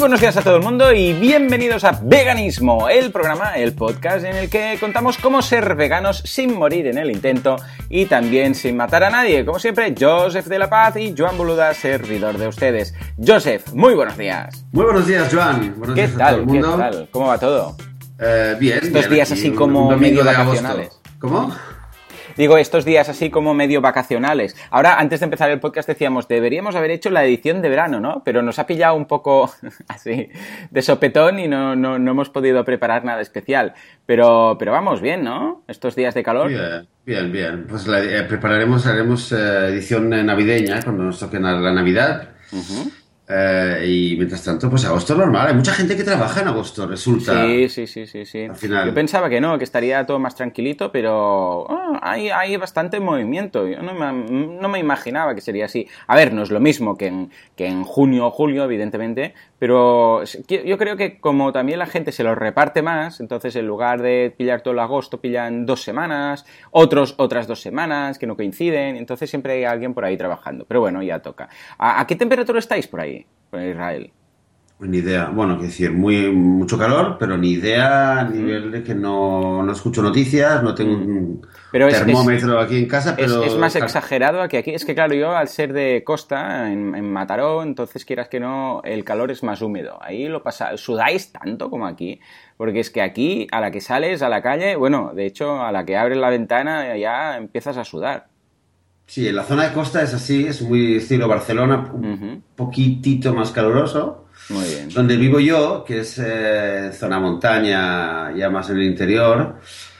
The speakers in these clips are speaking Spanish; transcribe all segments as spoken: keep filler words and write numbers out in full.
buenos días a todo el mundo y bienvenidos a Veganismo, el programa, el podcast en el que contamos cómo ser veganos sin morir en el intento y también sin matar a nadie. Como siempre, Joseph de la Paz y Joan Boluda, servidor de ustedes. Joseph, muy buenos días. Muy buenos días, Joan. Buenos ¿Qué días tal? a todo el mundo. ¿Qué tal? ¿Cómo va todo? Eh, bien. Estos bien, días aquí, así un- como un domingo medio de agosto. vacacionales. ¿Cómo? Digo, estos días así como medio vacacionales. Ahora, antes de empezar el podcast decíamos, deberíamos haber hecho la edición de verano, ¿no? Pero nos ha pillado un poco así de sopetón y no, no, no hemos podido preparar nada especial. Pero, pero vamos, bien, ¿no? Estos días de calor. Bien, bien, bien. Pues la, eh, prepararemos, haremos eh, edición eh, navideña cuando nos toque la la Navidad. Ujú. Eh, y mientras tanto, pues agosto normal. Hay mucha gente que trabaja en agosto, resulta. Sí, sí, sí, sí, sí. Al final. Yo pensaba que no, que estaría todo más tranquilito, pero ah, hay, hay bastante movimiento. Yo no me, no me imaginaba que sería así. A ver, no es lo mismo que en, que en junio o julio, evidentemente, pero yo creo que como también la gente se lo reparte más, entonces en lugar de pillar todo el agosto, pillan dos semanas, otros otras dos semanas que no coinciden, entonces siempre hay alguien por ahí trabajando. Pero bueno, ya toca. ¿A, a qué temperatura estáis por ahí, por Israel? Ni idea. Bueno, quiero decir, muy, mucho calor, pero ni idea a nivel de que no, no escucho noticias, no tengo un Pero es- termómetro aquí en casa, Es, pero... es más claro, exagerado que aquí. Es que, claro, yo al ser de costa, en, en Mataró, entonces quieras que no, el calor es más húmedo. Ahí lo pasa, sudáis tanto como aquí, porque es que aquí, a la que sales a la calle, bueno, de hecho, a la que abres la ventana ya empiezas a sudar. Sí, en la zona de costa es así, es muy estilo Barcelona, un Ujú. poquitito más caluroso. Muy bien. Donde vivo yo, que es eh, zona montaña, ya más en el interior,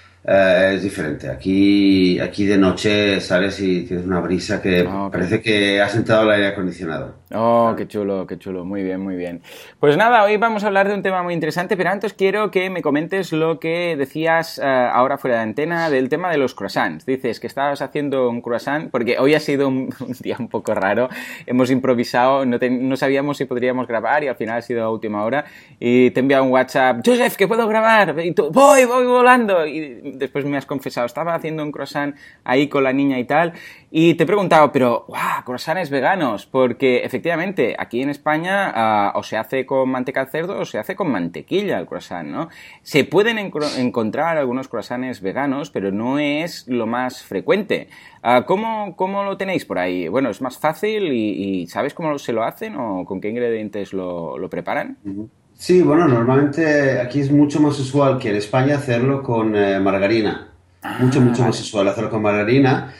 eh, es diferente. Aquí, aquí de noche sales y tienes una brisa que Ah, ok. parece que has entrado al aire acondicionado. Oh, qué chulo, qué chulo, muy bien, muy bien. Pues nada, hoy vamos a hablar de un tema muy interesante, pero antes quiero que me comentes lo que decías eh, ahora fuera de antena del tema de los croissants. Dices que estabas haciendo un croissant, porque hoy ha sido un, un día un poco raro, hemos improvisado, no, te- no sabíamos si podríamos grabar y al final ha sido a última hora y te he enviado un WhatsApp, Joseph, que puedo grabar, y tú, voy, voy volando, y después me has confesado, estaba haciendo un croissant ahí con la niña y tal, y te he preguntado, pero, ¡guau! Croissants veganos, porque efectivamente aquí en España ah, o se hace con manteca de cerdo o se hace con mantequilla el croissant, ¿no? Se pueden encro- encontrar algunos croissants veganos, pero no es lo más frecuente. Ah, ¿cómo, cómo lo tenéis por ahí? Bueno, ¿es más fácil y, y sabes cómo se lo hacen o con qué ingredientes lo, lo preparan? Sí, bueno, normalmente aquí es mucho más usual que en España hacerlo con eh, margarina. Mucho, Ah, mucho vale. más usual hacerlo con margarina.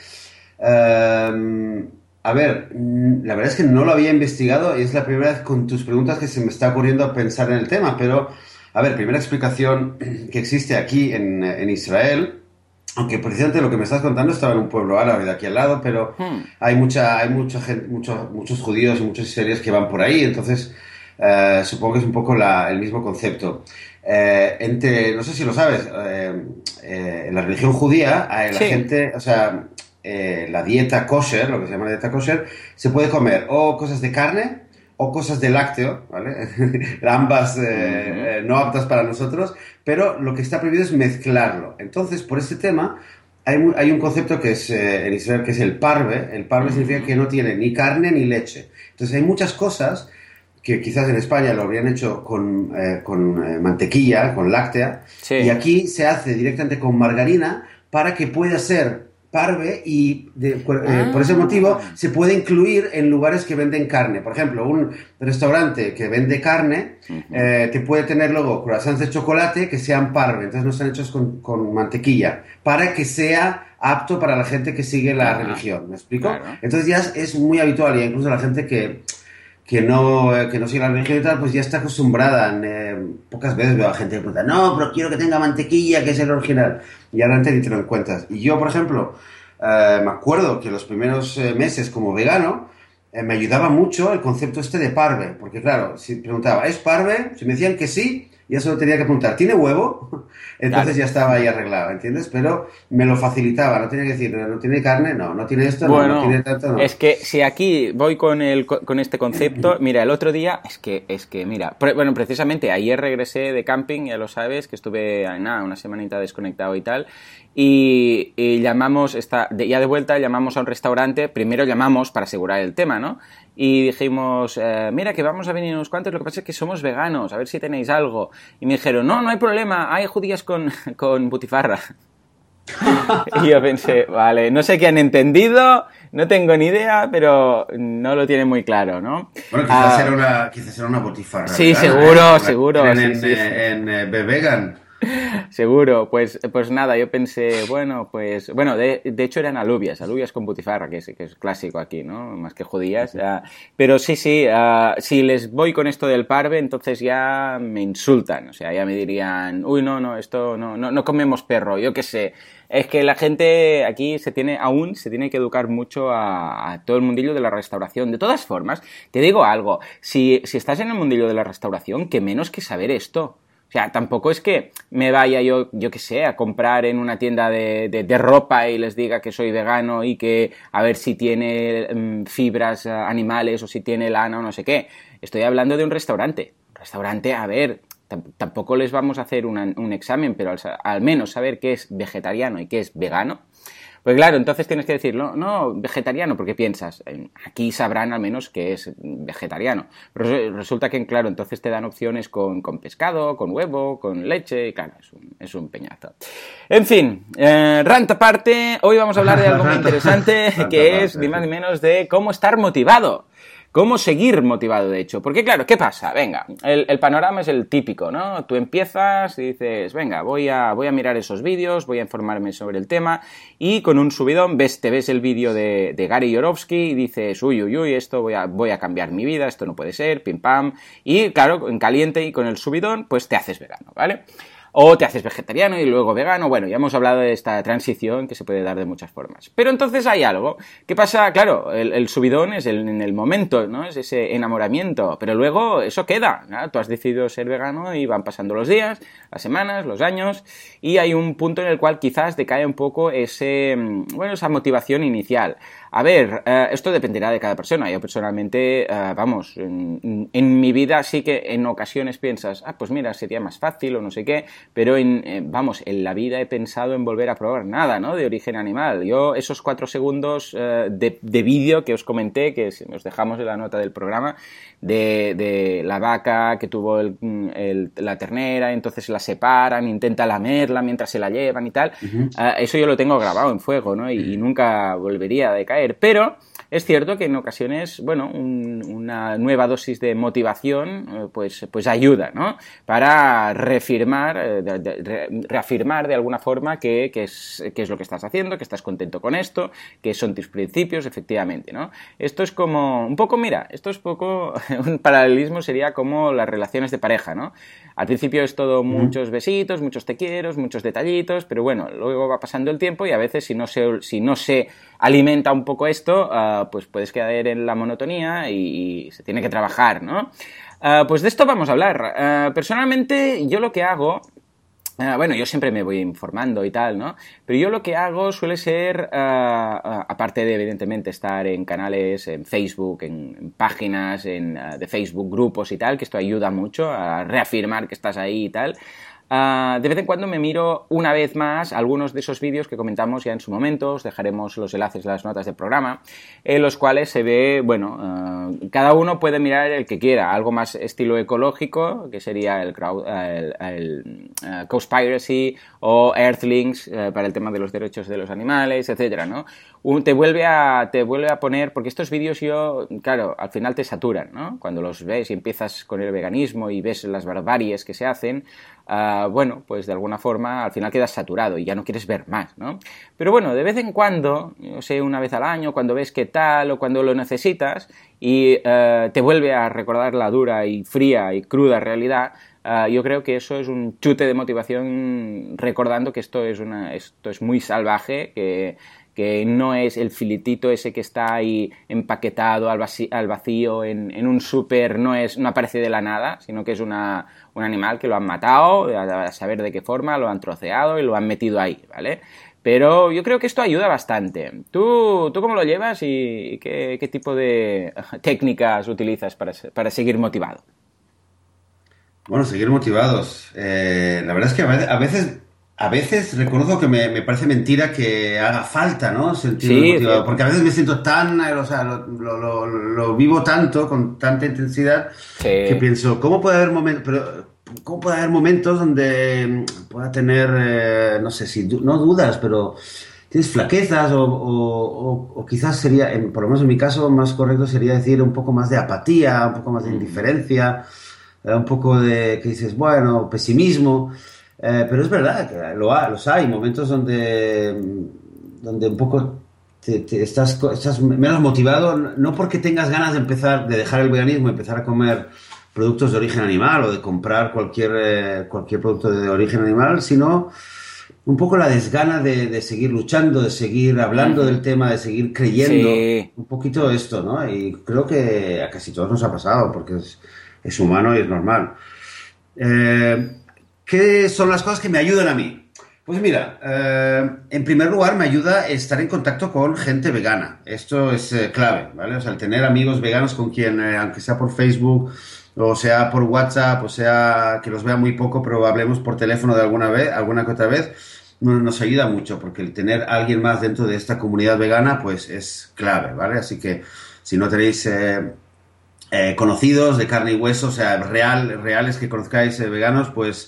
Eh, a ver, mm, la verdad es que no lo había investigado y es la primera vez con tus preguntas que se me está ocurriendo pensar en el tema, pero, a ver, primera explicación que existe aquí en, en Israel, aunque precisamente lo que me estás contando estaba en un pueblo árabe de aquí al lado, pero Hmm. hay mucha, hay mucha gente, mucho- muchos judíos y muchos israelíes que van por ahí, entonces eh, supongo que es un poco la- el mismo concepto. Eh, entre, no sé si lo sabes, eh, eh, en la religión judía, eh, la Sí. gente, o sea, eh, la dieta kosher, lo que se llama la dieta kosher, se puede comer o cosas de carne o cosas de lácteo, ¿vale? Ambas eh, Ujú. eh, no aptas para nosotros, pero lo que está prohibido es mezclarlo. Entonces, por este tema, hay, mu- hay un concepto que es eh, en Israel que es el parve. El parve significa que no tiene ni carne ni leche. Entonces, hay muchas cosas que quizás en España lo habrían hecho con, eh, con eh, mantequilla, con láctea, Sí. y aquí se hace directamente con margarina para que pueda ser parve y de- por, eh, por ese Ah. motivo se puede incluir en lugares que venden carne. Por ejemplo, un restaurante que vende carne Ujú. eh, te puede tener luego croissants de chocolate que sean parve, entonces no están hechos con, con mantequilla, para que sea apto para la gente que sigue la Ah, religión. ¿Me explico? claro. Entonces ya es, es muy habitual y incluso la gente que que no, eh, que no sigue la religión y tal, pues ya está acostumbrada. Eh, pocas veces veo a gente que pregunta, no, pero quiero que tenga mantequilla, que es el original. Y ahora ni te lo encuentras. Y yo, por ejemplo, eh, me acuerdo que los primeros eh, meses como vegano, eh, me ayudaba mucho el concepto este de parve. Porque claro, si preguntaba, ¿es parve? Si me decían que sí, ya solo tenía que preguntar, ¿tiene huevo? Entonces Claro. ya estaba ahí arreglado, ¿entiendes? Pero me lo facilitaba, no tenía que decir, no tiene carne, no, no tiene esto, no, no tiene Bueno, tanto, no. es que si aquí voy con el co- con este concepto, mira, el otro día es que es que mira, pre- bueno, precisamente ayer regresé de camping, ya lo sabes, que estuve ah, nada, una semanita desconectado y tal, y, y llamamos esta de- ya de vuelta llamamos a un restaurante, primero llamamos para asegurar el tema, ¿no? Y dijimos, eh, mira que vamos a venir unos cuantos, lo que pasa es que somos veganos, a ver si tenéis algo. Y me dijeron, no, no hay problema, hay judías con con butifarra. Y yo pensé, vale, no sé qué han entendido, no tengo ni idea, pero no lo tienen muy claro, ¿no? Bueno, quizás era Ah, una, quizás era una botifarra sí, vegana, ¿eh? seguro, Como la que seguro, tienen sí, en, sí. eh, en eh, Be Vegan. Seguro, pues, pues nada, yo pensé, bueno, pues, bueno, de, de hecho eran alubias, alubias con butifarra, que es, que es clásico aquí, ¿no? Más que judías. ah, pero sí, sí, ah, si les voy con esto del parve, entonces ya me insultan, o sea, ya me dirían, uy, no, no, esto no, no, no comemos perro, yo qué sé. Es que la gente aquí se tiene, aún se tiene que educar mucho a, a todo el mundillo de la restauración. De todas formas, te digo algo, si, si estás en el mundillo de la restauración, que menos que saber esto. O sea, tampoco es que me vaya yo, yo qué sé, a comprar en una tienda de, de, de ropa y les diga que soy vegano y que a ver si tiene um, fibras uh, animales o si tiene lana o no sé qué. Estoy hablando de un restaurante. Un restaurante, a ver, tampoco les vamos a hacer una, un examen, pero al, al menos saber qué es vegetariano y qué es vegano. Pues claro, entonces tienes que decir, no, no, vegetariano, porque piensas, aquí sabrán al menos que es vegetariano. Pero resulta que, claro, entonces te dan opciones con, con pescado, con huevo, con leche, y claro, es un, es un peñazo. En fin, eh, rant aparte, hoy vamos a hablar de algo muy interesante, que es ni más ni menos de cómo estar motivado. ¿Cómo seguir motivado, de hecho? Porque claro, ¿qué pasa? Venga, el, el panorama es el típico, ¿no? Tú empiezas y dices, venga, voy a, voy a mirar esos vídeos, voy a informarme sobre el tema y con un subidón ves, te ves el vídeo de, de Gary Yourofsky y dices, uy, uy, uy, esto voy a, voy a cambiar mi vida, esto no puede ser, pim pam. Y claro, en caliente y con el subidón, pues te haces vegano, ¿vale? O te haces vegetariano y luego vegano. Bueno, ya hemos hablado de esta transición que se puede dar de muchas formas. Pero entonces hay algo. ¿Qué pasa? Claro, el, el subidón es el, en el momento, ¿no? Es ese enamoramiento. Pero luego eso queda, ¿no? Tú has decidido ser vegano y van pasando los días, las semanas, los años. Y hay un punto en el cual quizás decae un poco ese, bueno, esa motivación inicial. A ver, eh, esto dependerá de cada persona. Yo personalmente, eh, vamos, en, en mi vida sí que en ocasiones piensas, ah, pues mira, sería más fácil o no sé qué, pero en, eh, vamos, en la vida he pensado en volver a probar nada, ¿no? De origen animal. Yo esos cuatro segundos eh, de, de vídeo que os comenté, que os dejamos en la nota del programa, de, de la vaca que tuvo el, el, la ternera, entonces la separan, intenta lamerla mientras se la llevan y tal, uh-huh. eh, eso yo lo tengo grabado en fuego, ¿no? Y, y nunca volvería a decaer. Pero es cierto que en ocasiones, bueno, un, una nueva dosis de motivación pues, pues ayuda, ¿no? Para reafirmar, de, de, reafirmar de alguna forma que, que, es, que es lo que estás haciendo, que estás contento con esto, que son tus principios, efectivamente, ¿no? Esto es como, un poco, mira, esto es poco, un paralelismo sería como las relaciones de pareja, ¿no? Al principio es todo muchos besitos, muchos te quiero, muchos detallitos, pero bueno, luego va pasando el tiempo y a veces si no se, si no se alimenta un poco esto, uh, pues puedes caer en la monotonía y, y se tiene que trabajar, ¿no? Uh, pues de esto vamos a hablar. Uh, personalmente, yo lo que hago... Uh, bueno, yo siempre me voy informando y tal, ¿no? Pero yo lo que hago suele ser, uh, uh, aparte de, evidentemente, estar en canales, en Facebook, en, en páginas en, uh, de Facebook, grupos y tal, que esto ayuda mucho a reafirmar que estás ahí y tal... Uh, de vez en cuando me miro una vez más algunos de esos vídeos que comentamos ya en su momento, os dejaremos los enlaces en las notas del programa, en los cuales se ve, bueno, uh, cada uno puede mirar el que quiera, algo más estilo ecológico, que sería el, crowd, el, el uh, Cowspiracy o Earthlings uh, para el tema de los derechos de los animales, etcétera, ¿no? Un, te vuelve a te vuelve a poner, porque estos vídeos yo, claro, al final te saturan, ¿no? Cuando los ves y empiezas con el veganismo y ves las barbaries que se hacen, Uh, bueno, pues de alguna forma al final quedas saturado y ya no quieres ver más, ¿no? Pero bueno, de vez en cuando, no sé, una vez al año, cuando ves que tal o cuando lo necesitas y uh, te vuelve a recordar la dura y fría y cruda realidad, uh, yo creo que eso es un chute de motivación recordando que esto es, una, esto es muy salvaje, que... que no es el filetito ese que está ahí empaquetado al vacío, al vacío en, en un súper, no es, no aparece de la nada, sino que es una, un animal que lo han matado, a saber de qué forma, lo han troceado y lo han metido ahí, ¿vale? Pero yo creo que esto ayuda bastante. ¿Tú, tú cómo lo llevas y qué, qué tipo de técnicas utilizas para, para seguir motivado? Bueno, seguir motivados. Eh, la verdad es que a veces, a veces, a veces reconozco que me, me parece mentira que haga falta, ¿no? Sentirme Sí, motivado. cierto. Porque a veces me siento tan, eh, o sea, lo, lo, lo, lo vivo tanto, con tanta intensidad, que Sí. pienso, ¿cómo puede haber momentos, pero, ¿cómo puede haber momentos donde mm, pueda tener, eh, no sé si, du- no dudas, pero tienes flaquezas o, o, o- o quizás sería, en- por lo menos en mi caso, más correcto sería decir un poco más de apatía, un poco más de Mm, indiferencia, eh, un poco de que dices, bueno, pesimismo, eh, pero es verdad que lo ha- los hay, momentos donde, donde un poco te, te estás, co- estás menos motivado, no porque tengas ganas de empezar, de dejar el veganismo, empezar a comer productos de origen animal o de comprar cualquier, eh, cualquier producto de origen animal, sino un poco la desgana de, de seguir luchando, de seguir hablando del ujú. tema, de seguir creyendo, Sí. un poquito esto, ¿no? Y creo que a casi todos nos ha pasado, porque es, es humano y es normal. Eh, ¿Qué son las cosas que me ayudan a mí? Pues mira, eh, en primer lugar me ayuda a estar en contacto con gente vegana. Esto es eh, clave, ¿vale? O sea, el tener amigos veganos con quien, eh, aunque sea por Facebook, o sea por WhatsApp, o sea que los vea muy poco, pero hablemos por teléfono de alguna vez, alguna que otra vez, no- nos ayuda mucho, porque el tener a alguien más dentro de esta comunidad vegana, pues es clave, ¿vale? Así que si no tenéis eh, eh, conocidos de carne y hueso, o sea, real, reales que conozcáis eh, veganos, pues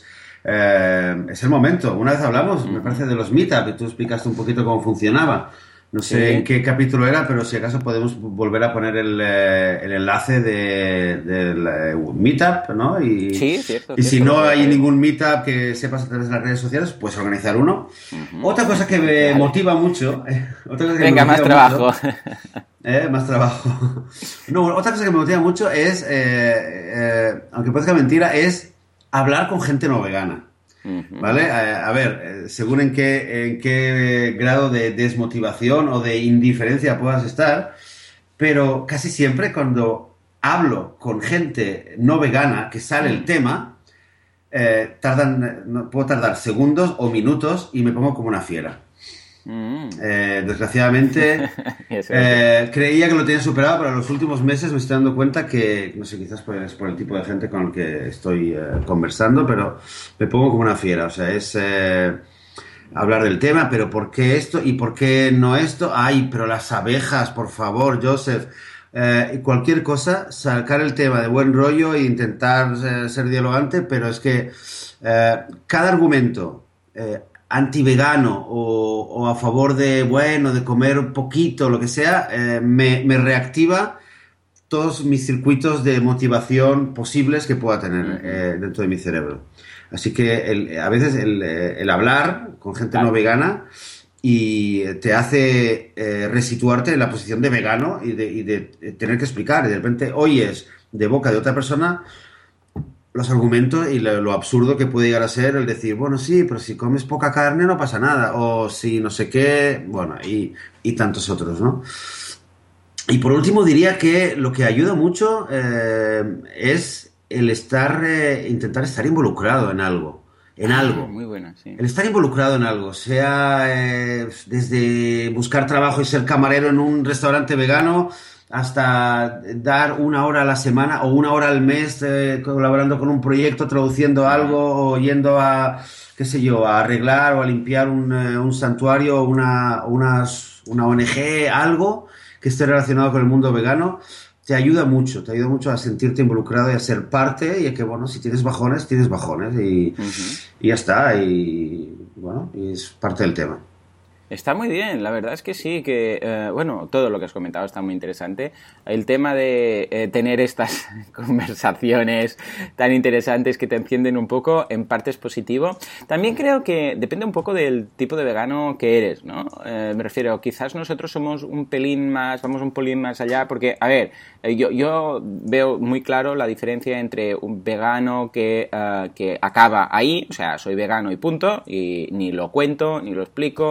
eh, es el momento. Una vez hablamos, me Ujú. parece, de los meetup, y tú explicaste un poquito cómo funcionaba. No sé en Sí. qué capítulo era, pero si acaso podemos volver a poner el, eh, el enlace de, del eh, meetup, ¿no? Y, Sí, cierto, y si cierto, lo no hay colocaré. ningún meetup que sepas a través de las redes sociales, pues organizar uno. Ujú. Otra cosa que me Vale. motiva mucho, otra cosa que me Venga, más motiva trabajo. mucho, eh, más trabajo. No, bueno, otra cosa que me motiva mucho es, eh, eh, aunque parezca mentira, es hablar con gente no vegana. Ujú. ¿Vale? A, a ver, eh, según en qué, en qué grado de desmotivación o de indiferencia puedas estar, pero casi siempre cuando hablo con gente no vegana que sale el Mm. tema, eh, tardan, no, puedo tardar segundos o minutos y me pongo como una fiera. Mm. Eh, desgraciadamente, Eso es cierto. eh, creía que lo tenía superado, pero en los últimos meses me estoy dando cuenta que, no sé, quizás por, es por el tipo de gente con el que estoy eh, conversando, pero me pongo como una fiera. O sea, es eh, hablar del tema, pero ¿por qué esto y por qué no esto? Ay, pero las abejas, por favor, Joseph. Eh, y cualquier cosa, sacar el tema de buen rollo e intentar eh, ser dialogante, pero es que eh, cada argumento eh, anti-vegano o, o a favor de, bueno, de comer un poquito, lo que sea, eh, me, me reactiva todos mis circuitos de motivación posibles que pueda tener Ujú. eh, dentro de mi cerebro. Así que el- a veces el, eh, el hablar con gente no Claro. vegana y te hace eh, resituarte en la posición de vegano y de, y de tener que explicar. Y de repente oyes de boca de otra persona los argumentos y lo, lo absurdo que puede llegar a ser el decir, bueno, sí, pero si comes poca carne no pasa nada, o si no sé qué, bueno, y, y tantos otros, ¿no? Y por último diría que lo que ayuda mucho eh, es el estar, eh, intentar estar involucrado en algo, en Ah, algo. muy buena, sí. El estar involucrado en algo, sea eh, desde buscar trabajo y ser camarero en un restaurante vegano, hasta dar una hora a la semana o una hora al mes eh, colaborando con un proyecto, traduciendo Ajá. algo o yendo a, qué sé yo, a arreglar o a limpiar un, eh, un santuario o una, unas- una O N G, algo que esté relacionado con el mundo vegano, te ayuda mucho, te ayuda mucho a sentirte involucrado y a ser parte y a que, bueno, si tienes bajones, tienes bajones y, Ujú. y ya está, y bueno, y es parte del tema. Está muy bien, la verdad es que sí, que, eh, bueno, todo lo que has comentado está muy interesante. El tema de eh, tener estas conversaciones tan interesantes que te encienden un poco, en parte es positivo. También creo que depende un poco del tipo de vegano que eres, ¿no? Eh, me refiero, quizás nosotros somos un pelín más, vamos un pelín más allá, porque, a ver, eh, yo, yo veo muy claro la diferencia entre un vegano que, uh, que acaba ahí, o sea, soy vegano y punto, y ni lo cuento, ni lo explico,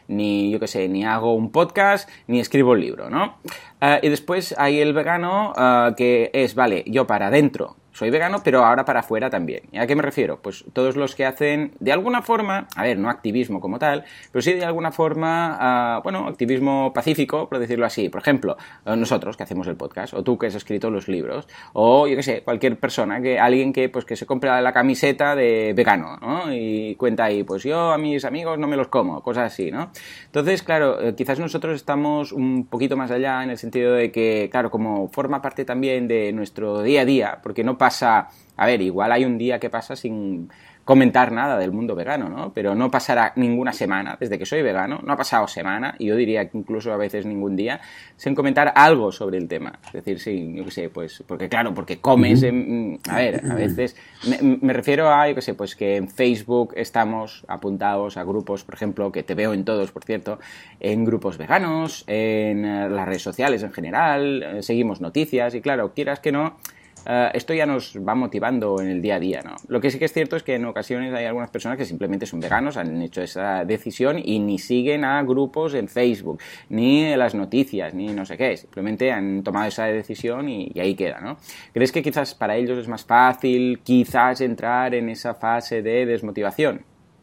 ni, yo qué sé, ni hago un podcast, ni escribo un libro, ¿no? Uh, y después hay el vegano uh, que es, vale, yo para adentro soy vegano, pero ahora para afuera también. ¿Y a qué me refiero? Pues todos los que hacen, de alguna forma, a ver, no activismo como tal, pero sí de alguna forma, uh, bueno, activismo pacífico, por decirlo así. Por ejemplo, nosotros que hacemos el podcast, o tú que has escrito los libros, o yo qué sé, cualquier persona, que alguien que pues que se compra la camiseta de vegano, ¿no? Y cuenta ahí, pues yo a mis amigos no me los como, cosas así, ¿no? Entonces, claro, eh, quizás nosotros estamos un poquito más allá en el sentido de que, claro, como forma parte también de nuestro día a día, porque no pasa pasa, a ver, igual hay un día que pasa sin comentar nada del mundo vegano, ¿no? Pero no pasará ninguna semana, desde que soy vegano, no ha pasado semana, y yo diría que incluso a veces ningún día, sin comentar algo sobre el tema. Es decir, sí, yo qué sé, pues, porque claro, porque comes, en, a ver, a veces, me, me refiero a, yo qué sé, pues que en Facebook estamos apuntados a grupos, por ejemplo, que te veo en todos, por cierto, en grupos veganos, en las redes sociales en general, seguimos noticias, y claro, quieras que no, Uh, esto ya nos va motivando en el día a día, ¿no? Lo que sí que es cierto es que en ocasiones hay algunas personas que simplemente son veganos, han hecho esa decisión y ni siguen a grupos en Facebook, ni las noticias, ni no sé qué, simplemente han tomado esa decisión y, y ahí queda, ¿no? ¿Crees que quizás para ellos es más fácil quizás entrar en esa fase de desmotivación?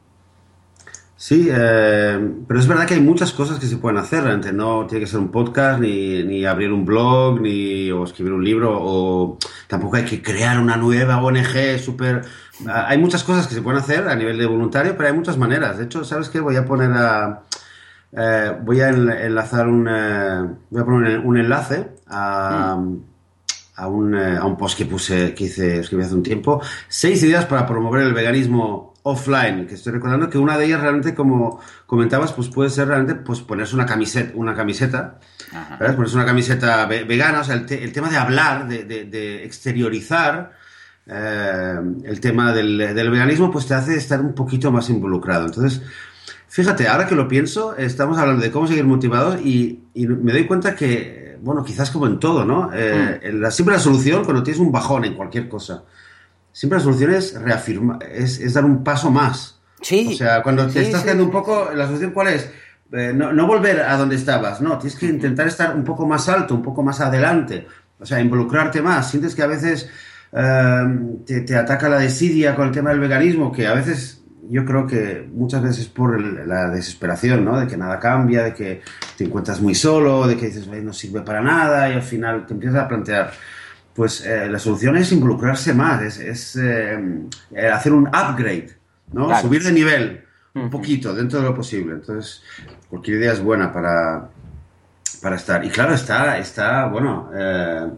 Sí, eh, pero es verdad que hay muchas cosas que se pueden hacer. Realmente no tiene que ser un podcast, ni, ni abrir un blog, ni o escribir un libro, o tampoco hay que crear una nueva O N G súper... Hay muchas cosas que se pueden hacer a nivel de voluntario, pero hay muchas maneras. De hecho, ¿sabes qué? Voy a poner a... Eh, voy a enlazar un... Eh, voy a poner un enlace a... Mm. A un, a un post que puse, que hice, escribí hace un tiempo, seis ideas para promover el veganismo offline, que estoy recordando que una de ellas realmente, como comentabas, pues puede ser realmente pues ponerse una camiseta, una camiseta, ¿verdad? Ponerse una camiseta ve vegana, o sea, el, te, el tema de hablar, de, de, de exteriorizar eh, el tema del, del veganismo, pues te hace estar un poquito más involucrado. Entonces, fíjate, ahora que lo pienso, estamos hablando de cómo seguir motivados y, y me doy cuenta que bueno, quizás como en todo, ¿no? Eh, mm. la, siempre la solución, cuando tienes un bajón en cualquier cosa, siempre la solución es reafirmar, es, es dar un paso más. Sí. O sea, cuando te sí, estás sí, quedando sí. un poco, la solución ¿cuál es? Eh, no, no volver a donde estabas, no, tienes que intentar estar un poco más alto, un poco más adelante, o sea, involucrarte más. Sientes que a veces eh, te, te ataca la desidia con el tema del veganismo, que a veces... Yo creo que muchas veces por el, la desesperación, ¿no? De que nada cambia, de que te encuentras muy solo, de que dices, no sirve para nada y al final te empiezas a plantear, pues eh, la solución es involucrarse más, es, es eh, hacer un upgrade, ¿no? Claro. Subir de nivel un uh-huh. poquito dentro de lo posible. Entonces, cualquier idea es buena para, para estar. Y claro, está, está bueno, eh,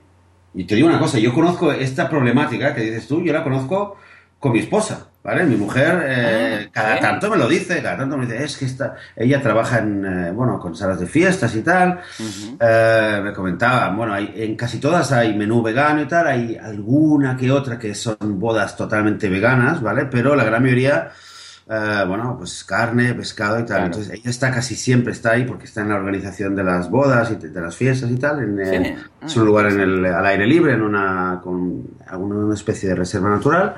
y te digo una cosa, yo conozco esta problemática que dices tú, yo la conozco con mi esposa. ¿Vale? Mi mujer eh, ah, cada ¿eh? tanto me lo dice, cada tanto me dice, es que está, ella trabaja en, eh, bueno, con salas de fiestas y tal, uh-huh. eh, me comentaba, bueno, hay, en casi todas hay menú vegano y tal, hay alguna que otra que son bodas totalmente veganas, ¿vale? Pero la gran mayoría, eh, bueno, pues carne, pescado y tal, claro. Entonces ella está casi siempre, está ahí porque está en la organización de las bodas y de, de las fiestas y tal, en, sí. eh, ah, es un lugar en el, al aire libre, en una, con alguna especie de reserva natural.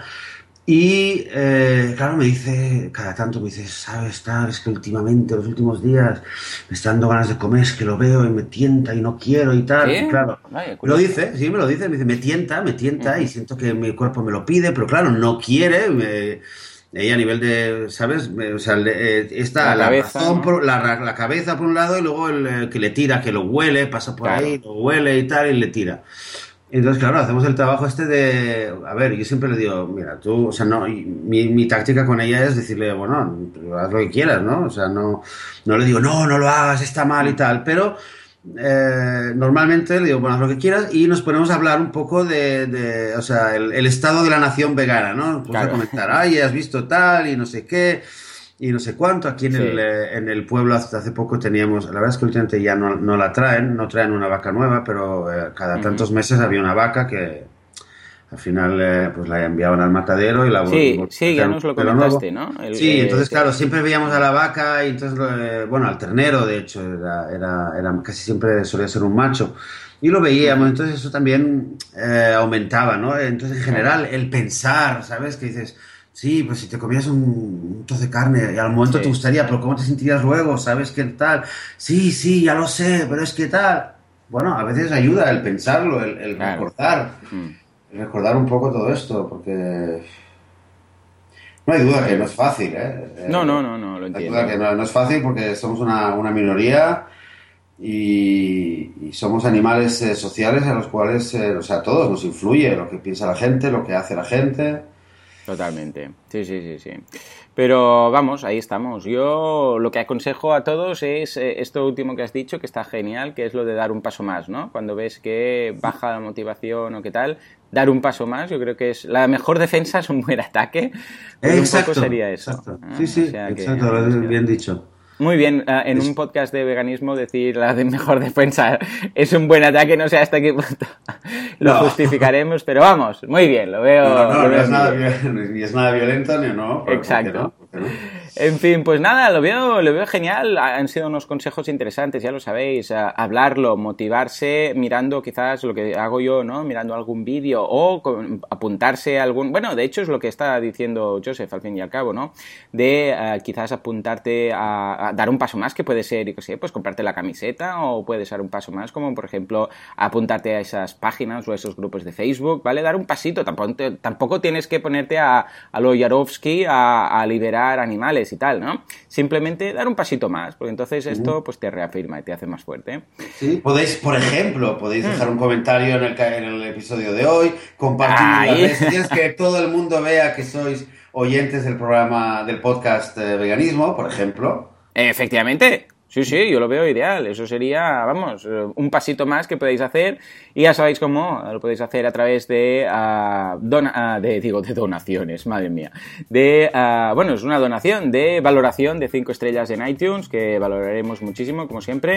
Y, eh, claro, me dice, cada tanto me dice, ¿sabes, tal? Es que últimamente, los últimos días, me está dando ganas de comer, es que lo veo y me tienta y no quiero y tal. ¿Sí? Y claro, Vaya, lo dice, sí, me lo dice, me dice, me tienta, me tienta uh-huh. y siento que mi cuerpo me lo pide, pero claro, no quiere, me, ella a nivel de, ¿sabes? Me, o sea, eh, está la, la cabeza, razón, ¿no? por, la, la cabeza por un lado y luego el eh, que le tira, que lo huele, pasa por claro. ahí, lo huele y tal y le tira. Entonces, claro, hacemos el trabajo este de... A ver, yo siempre le digo, mira, tú... O sea, no... Mi, mi táctica con ella es decirle, bueno, haz lo que quieras, ¿no? O sea, no, no le digo, no, no lo hagas, está mal y tal. Pero eh, normalmente le digo, bueno, haz lo que quieras y nos ponemos a hablar un poco de... de o sea, el, el estado de la nación vegana, ¿no? Pues claro. a comentar, ay, has visto tal y no sé qué... y no sé cuánto. Aquí en, sí. el, eh, en el pueblo hasta hace poco teníamos, la verdad es que últimamente ya no, no la traen, no traen una vaca nueva, pero eh, cada uh-huh. tantos meses había una vaca que al final eh, pues la enviaban al matadero y la sí, sí, ya nos lo comentaste, ¿no? El, sí, eh, entonces que... claro, siempre veíamos a la vaca y entonces, eh, bueno, al ternero de hecho, era, era, era casi siempre solía ser un macho. Y lo veíamos, entonces eso también eh, aumentaba, ¿no? Entonces en general el pensar, ¿sabes? Que dices... Sí, pues si te comías un, un trozo de carne y al momento te Sí, gustaría, pero ¿cómo te sentirías luego? ¿Sabes qué tal? Sí, sí, ya lo sé, pero es que tal. Bueno, a veces ayuda el pensarlo, el, el claro. recordar, Mm. el recordar un poco todo esto, porque no hay duda que no es fácil, ¿eh? No, Eh, no, no, no, lo no hay duda entiendo. que no, no es fácil porque somos una, una minoría y, y somos animales eh, sociales a los cuales, eh, o sea, a todos nos influye lo que piensa la gente, lo que hace la gente. Totalmente. Sí, sí, sí, sí. Pero vamos, ahí estamos. Yo lo que aconsejo a todos es eh, esto último que has dicho, que está genial, que es lo de dar un paso más, ¿no? Cuando ves que baja la motivación o qué tal, dar un paso más, yo creo que es la mejor defensa es un buen ataque, pues Eh, un poco exacto, sería eso, exacto. Sí, ¿no? O sí, sea que exacto, lo nos has queda. bien dicho. Muy bien, eh, en un Es- podcast de veganismo decir la de mejor defensa es un buen ataque, no sé hasta qué punto lo no, justificaremos, pero vamos, muy bien, lo no, veo, no, lo no veo es muy nada, bien. viol- ni es nada violento, ni no, ¿por, por qué no? Exacto. ¿Por qué no? En fin, pues nada, lo veo, lo veo genial. Han sido unos consejos interesantes, ya lo sabéis. A hablarlo, motivarse, mirando quizás lo que hago yo, ¿no? Mirando algún vídeo o con- apuntarse a algún. Bueno, de hecho es lo que está diciendo Joseph al fin y al cabo, ¿no? De eh, quizás apuntarte a, a dar un paso más, que puede ser, yo qué sé, pues comprarte la camiseta o puede ser un paso más, como por ejemplo apuntarte a esas páginas o a esos grupos de Facebook, ¿vale? Dar un pasito, tampoco, tampoco tienes que ponerte a, a lo Yarovsky a, a liberar animales y tal, ¿no? Simplemente dar un pasito más, porque entonces Ujú. esto pues te reafirma y te hace más fuerte. Sí, podéis, por ejemplo, podéis dejar Hmm. un comentario en el, ca- en el episodio de hoy, compartirlo en las Ahí. redes sociales, que todo el mundo vea que sois oyentes del programa, del podcast eh, Veganismo, por ejemplo. Efectivamente. Sí, sí, yo lo veo ideal. Eso sería, vamos, eh, un pasito más que podéis hacer y ya sabéis cómo lo podéis hacer a través de, uh, dona, uh, de digo, de donaciones, madre mía. De, uh, bueno, es una donación de valoración de cinco estrellas en iTunes, que valoraremos muchísimo, como siempre.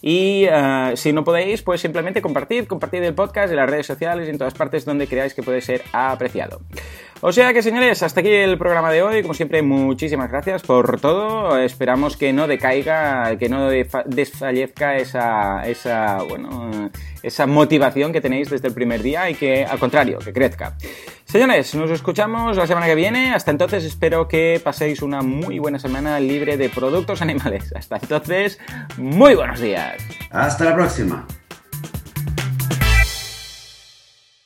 Y uh, si no podéis, pues simplemente compartid, compartid el podcast en las redes sociales y en todas partes donde creáis que puede ser apreciado. O sea que, señores, hasta aquí el programa de hoy. Como siempre, muchísimas gracias por todo. Esperamos que no decaiga, que no desfallezca esa, esa, bueno, esa motivación que tenéis desde el primer día y que, al contrario, que crezca. Señores, nos escuchamos la semana que viene. Hasta entonces, espero que paséis una muy buena semana libre de productos animales. Hasta entonces, muy buenos días. Hasta la próxima.